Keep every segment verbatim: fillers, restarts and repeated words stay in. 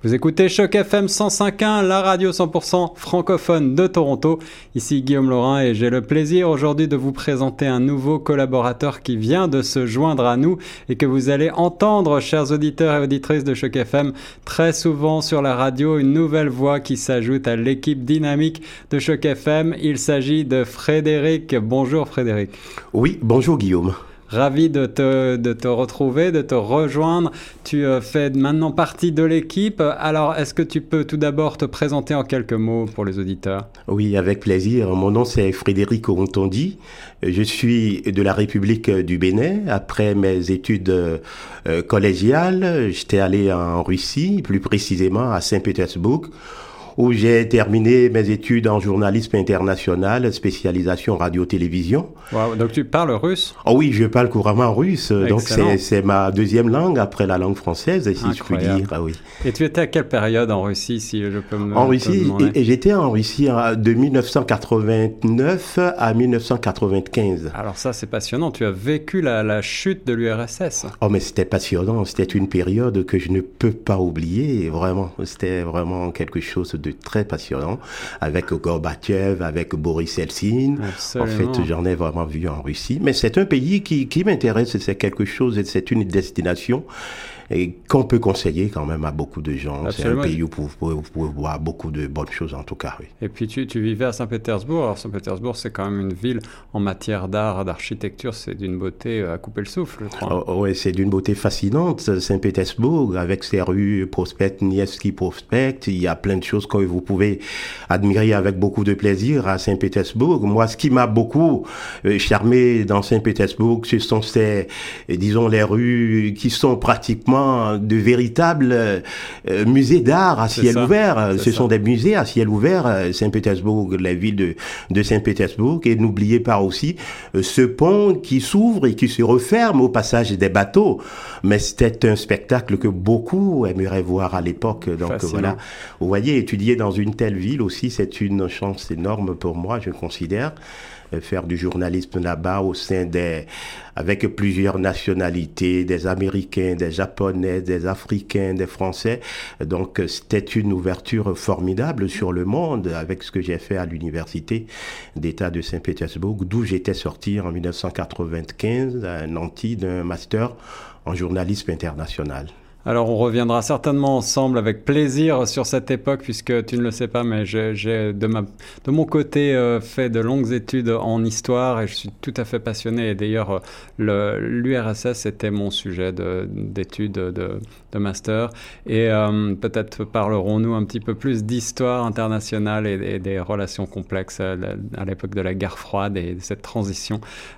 Vous écoutez Choc F M cent cinq point un, la radio cent pour cent francophone de Toronto. Ici Guillaume Laurin et j'ai le plaisir aujourd'hui de vous présenter un nouveau collaborateur qui vient de se joindre à nous et que vous allez entendre, chers auditeurs et auditrices de Choc F M, très souvent sur la radio, une nouvelle voix qui s'ajoute à l'équipe dynamique de Choc F M. Il s'agit de Frédéric. Bonjour Frédéric. Oui, bonjour Guillaume. Ravi de te, de te retrouver, de te rejoindre. Tu euh, fais maintenant partie de l'équipe. Alors, est-ce que tu peux tout d'abord te présenter en quelques mots pour les auditeurs? Oui, avec plaisir. Mon nom, c'est Frédéric Orontondi. Je suis de la République du Bénin. Après mes études euh, collégiales, j'étais allé en Russie, plus précisément à Saint-Pétersbourg, où j'ai terminé mes études en journalisme international, spécialisation radio-télévision. Wow, donc tu parles russe? Oh oui, je parle couramment russe. Excellent. Donc c'est, c'est ma deuxième langue après la langue française, si Incroyable. Je puis dire. Ah oui. Et tu étais à quelle période en Russie, si je peux me En Russie, et, et j'étais en Russie de dix-neuf cent quatre-vingt-neuf à dix-neuf cent quatre-vingt-quinze. Alors ça, c'est passionnant. Tu as vécu la, la chute de l'U R S S. Oh, mais c'était passionnant. C'était une période que je ne peux pas oublier. Vraiment, c'était vraiment quelque chose de très passionnant, avec Gorbatchev, avec Boris Eltsine. En fait, j'en ai vraiment vu en Russie. Mais c'est un pays qui, qui m'intéresse, c'est quelque chose, c'est une destination et qu'on peut conseiller quand même à beaucoup de gens. Absolument. C'est un pays où vous pouvez, vous pouvez voir beaucoup de bonnes choses, en tout cas. Oui. Et puis, tu, tu vivais à Saint-Pétersbourg. Alors, Saint-Pétersbourg, c'est quand même une ville en matière d'art, d'architecture. C'est d'une beauté à couper le souffle, je crois. Oh, oui, c'est d'une beauté fascinante, Saint-Pétersbourg, avec ses rues Prospect, Nevsky Prospect. Il y a plein de choses que vous pouvez admirer avec beaucoup de plaisir à Saint-Pétersbourg. Moi, ce qui m'a beaucoup euh, charmé dans Saint-Pétersbourg, ce sont ces, disons, les rues qui sont pratiquement de véritables euh, musées d'art à ciel ça, ouvert. Ce ça. sont des musées à ciel ouvert, Saint-Pétersbourg, la ville de, de Saint-Pétersbourg. Et n'oubliez pas aussi euh, ce pont qui s'ouvre et qui se referme au passage des bateaux. Mais c'était un spectacle que beaucoup aimeraient voir à l'époque. Donc Fascinant. Voilà, vous voyez, étudier dans une telle ville aussi, c'est une chance énorme pour moi, je considère. Faire du journalisme là-bas au sein des, avec plusieurs nationalités, des Américains, des Japonais, des Africains, des Français. Donc, c'était une ouverture formidable sur le monde avec ce que j'ai fait à l'université d'État de Saint-Pétersbourg, d'où j'étais sorti en dix-neuf cent quatre-vingt-quinze à Nanty d'un master en journalisme international. Alors, on reviendra certainement ensemble avec plaisir sur cette époque, puisque tu ne le sais pas, mais j'ai, j'ai de, ma, de mon côté euh, fait de longues études en histoire et je suis tout à fait passionné. Et d'ailleurs, le, l'U R S S était mon sujet de, d'études de, de master. Et euh, peut-être parlerons-nous un petit peu plus d'histoire internationale et, et des relations complexes à, à l'époque de la guerre froide et de cette transition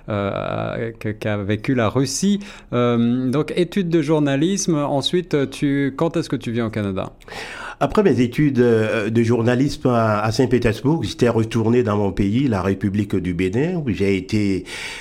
euh, qu'a vécu la Russie. Euh, donc, études de journalisme, ensuite, Tu, quand est-ce que tu viens au Canada? Après mes études de journalisme à Saint-Pétersbourg, j'étais retourné dans mon pays, la République du Bénin, où j'ai été,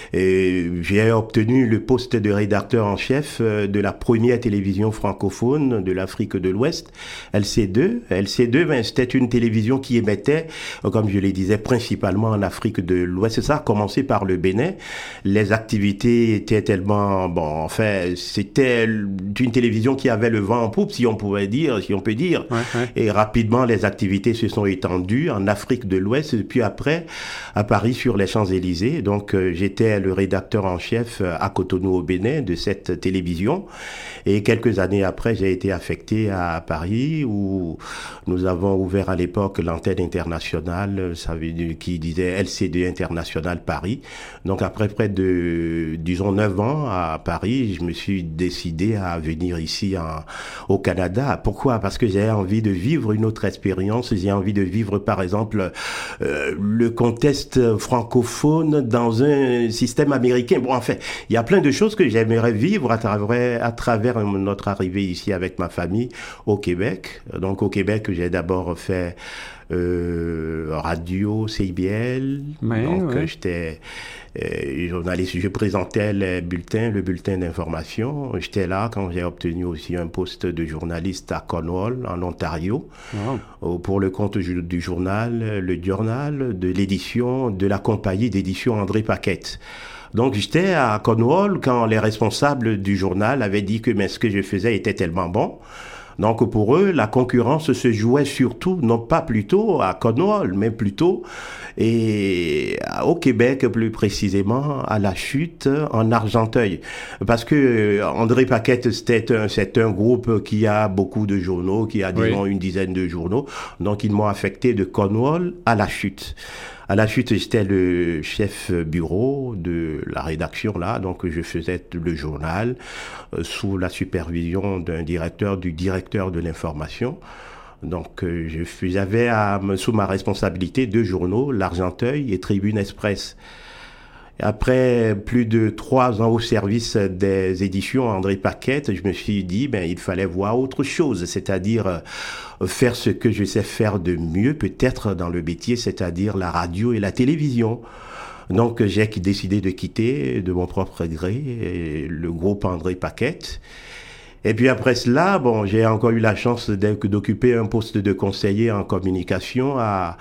euh, j'ai obtenu le poste de rédacteur en chef de la première télévision francophone de l'Afrique de l'Ouest, L C deux. L C deux, ben, c'était une télévision qui émettait, comme je le disais, principalement en Afrique de l'Ouest. Ça a commencé par le Bénin. Les activités étaient tellement, bon, enfin, c'était une télévision qui avait le vent en poupe, si on pouvait dire, si on peut dire. Ouais. Ouais. Et rapidement, les activités se sont étendues en Afrique de l'Ouest, et puis après, à Paris, sur les Champs-Élysées. Donc, euh, j'étais le rédacteur en chef à Cotonou, au Bénin, de cette télévision. Et quelques années après, j'ai été affecté à Paris, où nous avons ouvert à l'époque l'antenne internationale, ça veut dire, qui disait L C deux International Paris. Donc, après près de, disons, neuf ans à Paris, je me suis décidé à venir ici en, au Canada. Pourquoi? Parce que j'ai envie de vivre une autre expérience. J'ai envie de vivre, par exemple, euh, le contexte francophone dans un système américain. Bon, en fait, il y a plein de choses que j'aimerais vivre à travers, à travers notre arrivée ici avec ma famille au Québec. Donc, au Québec, j'ai d'abord fait euh, radio, C I B L. Ouais, donc, ouais. j'étais euh, journaliste. Je présentais les bulletins, le bulletin d'information. J'étais là quand j'ai obtenu aussi un poste de journaliste à Cornwall, en Ontario, wow. pour le compte du journal, le journal, de l'édition, de la compagnie d'édition André Paquette. Donc, j'étais à Cornwall quand les responsables du journal avaient dit que mais, ce que je faisais était tellement bon. Donc pour eux, la concurrence se jouait surtout, non pas plutôt à Cornwall, mais plutôt et au Québec, plus précisément à La Chute, en Argenteuil. Parce que André Paquette, c'est un, c'est un groupe qui a beaucoup de journaux, qui a disons oui. une dizaine de journaux. Donc ils m'ont affecté de Cornwall à La Chute. À La Chute, j'étais le chef bureau de la rédaction là, donc je faisais le journal euh, sous la supervision d'un directeur, du directeur de l'information. Donc euh, je, j'avais à, sous ma responsabilité deux journaux, l'Argenteuil et Tribune Express. Après plus de trois ans au service des éditions André Paquette, je me suis dit ben il fallait voir autre chose, c'est-à-dire euh, faire ce que je sais faire de mieux peut-être dans le métier, c'est-à-dire la radio et la télévision. Donc j'ai décidé de quitter de mon propre gré le groupe André Paquette. Et puis après cela, bon, j'ai encore eu la chance d'occuper un poste de conseiller en communication à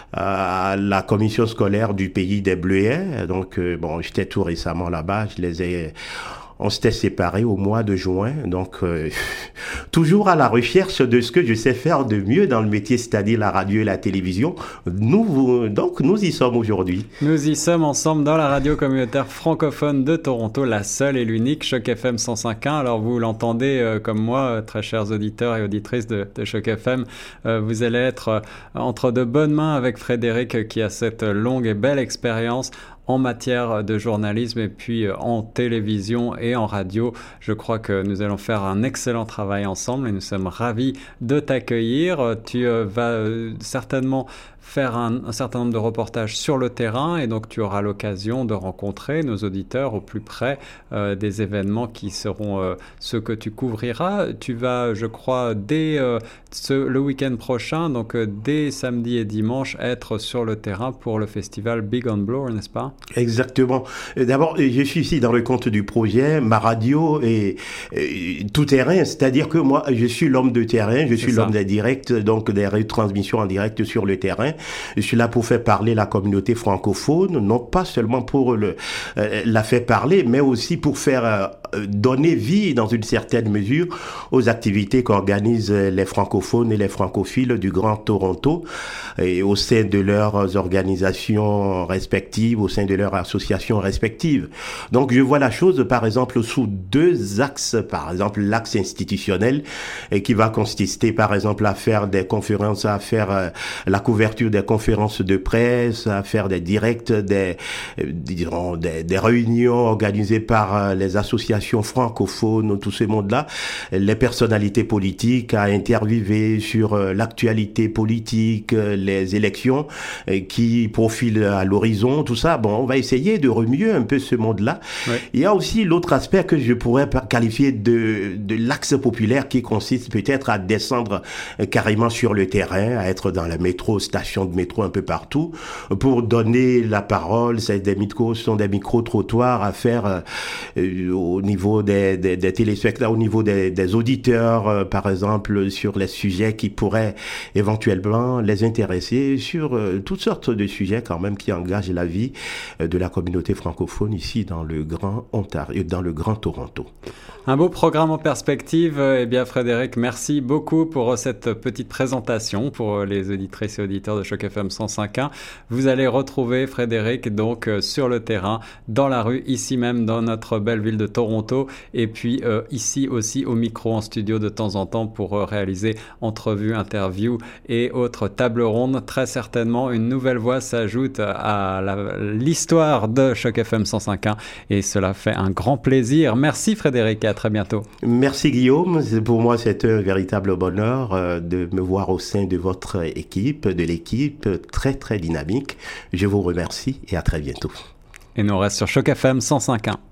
à la commission scolaire du pays des Bleuets. Donc, euh, bon, j'étais tout récemment là-bas. Je les ai... On s'était séparés au mois de juin, donc euh, toujours à la recherche de ce que je sais faire de mieux dans le métier, c'est-à-dire la radio et la télévision. Nous, donc, nous y sommes aujourd'hui. Nous y sommes ensemble dans la radio communautaire francophone de Toronto, la seule et l'unique Choc F M cent cinq point un. Alors, vous l'entendez euh, comme moi, très chers auditeurs et auditrices de, de Choc F M, euh, vous allez être euh, entre de bonnes mains avec Frédéric qui a cette longue et belle expérience en matière de journalisme et puis en télévision et en radio. Je crois que nous allons faire un excellent travail ensemble et nous sommes ravis de t'accueillir. Tu vas certainement faire un, un certain nombre de reportages sur le terrain et donc tu auras l'occasion de rencontrer nos auditeurs au plus près euh, des événements qui seront euh, ceux que tu couvriras. Tu vas, je crois, dès euh, ce, le week-end prochain, donc euh, dès samedi et dimanche, être sur le terrain pour le festival Big on Blower, n'est-ce pas? Exactement. D'abord, je suis ici dans le compte du projet. Ma radio est, est tout terrain, c'est-à-dire que moi, je suis l'homme de terrain, je suis l'homme des directs, donc des retransmissions en direct sur le terrain. Je suis là pour faire parler la communauté francophone, non pas seulement pour le, euh, la faire parler, mais aussi pour faire euh, donner vie, dans une certaine mesure, aux activités qu'organisent les francophones et les francophiles du Grand Toronto, et au sein de leurs organisations respectives, au sein de leurs associations respectives. Donc, je vois la chose, par exemple, sous deux axes. Par exemple, l'axe institutionnel, et qui va consister, par exemple, à faire des conférences, à faire euh, la couverture des conférences de presse, à faire des directs, des, disons, des, des réunions organisées par les associations francophones, tout ce monde-là, les personnalités politiques, à interviewer sur l'actualité politique, les élections qui profilent à l'horizon, tout ça. Bon, on va essayer de remuer un peu ce monde-là. Ouais. Il y a aussi l'autre aspect que je pourrais qualifier de, de l'axe populaire qui consiste peut-être à descendre carrément sur le terrain, à être dans la métro, station de métro un peu partout, pour donner la parole. C'est des micros, ce sont des micro-trottoirs à faire euh, au niveau des, des, des téléspectateurs, au niveau des, des auditeurs, euh, par exemple, sur les sujets qui pourraient éventuellement les intéresser, sur euh, toutes sortes de sujets quand même qui engagent la vie euh, de la communauté francophone ici dans le Grand Ontario, dans le Grand Toronto. Un beau programme en perspective. Eh bien, Frédéric, merci beaucoup pour cette petite présentation pour les auditrices et auditeurs de Choc F M cent cinq point un. Vous allez retrouver Frédéric donc euh, sur le terrain, dans la rue, ici même dans notre belle ville de Toronto, et puis euh, ici aussi au micro en studio de temps en temps pour euh, réaliser entrevues, interviews et autres tables rondes. Très certainement, une nouvelle voix s'ajoute à la, l'histoire de Choc F M cent cinq point un et cela fait un grand plaisir. Merci Frédéric et à très bientôt. Merci Guillaume. Pour moi, c'est un véritable bonheur euh, de me voir au sein de votre équipe, de l'équipe très très dynamique. Je vous remercie et à très bientôt. Et nous on reste sur Choc F M cent cinq point un.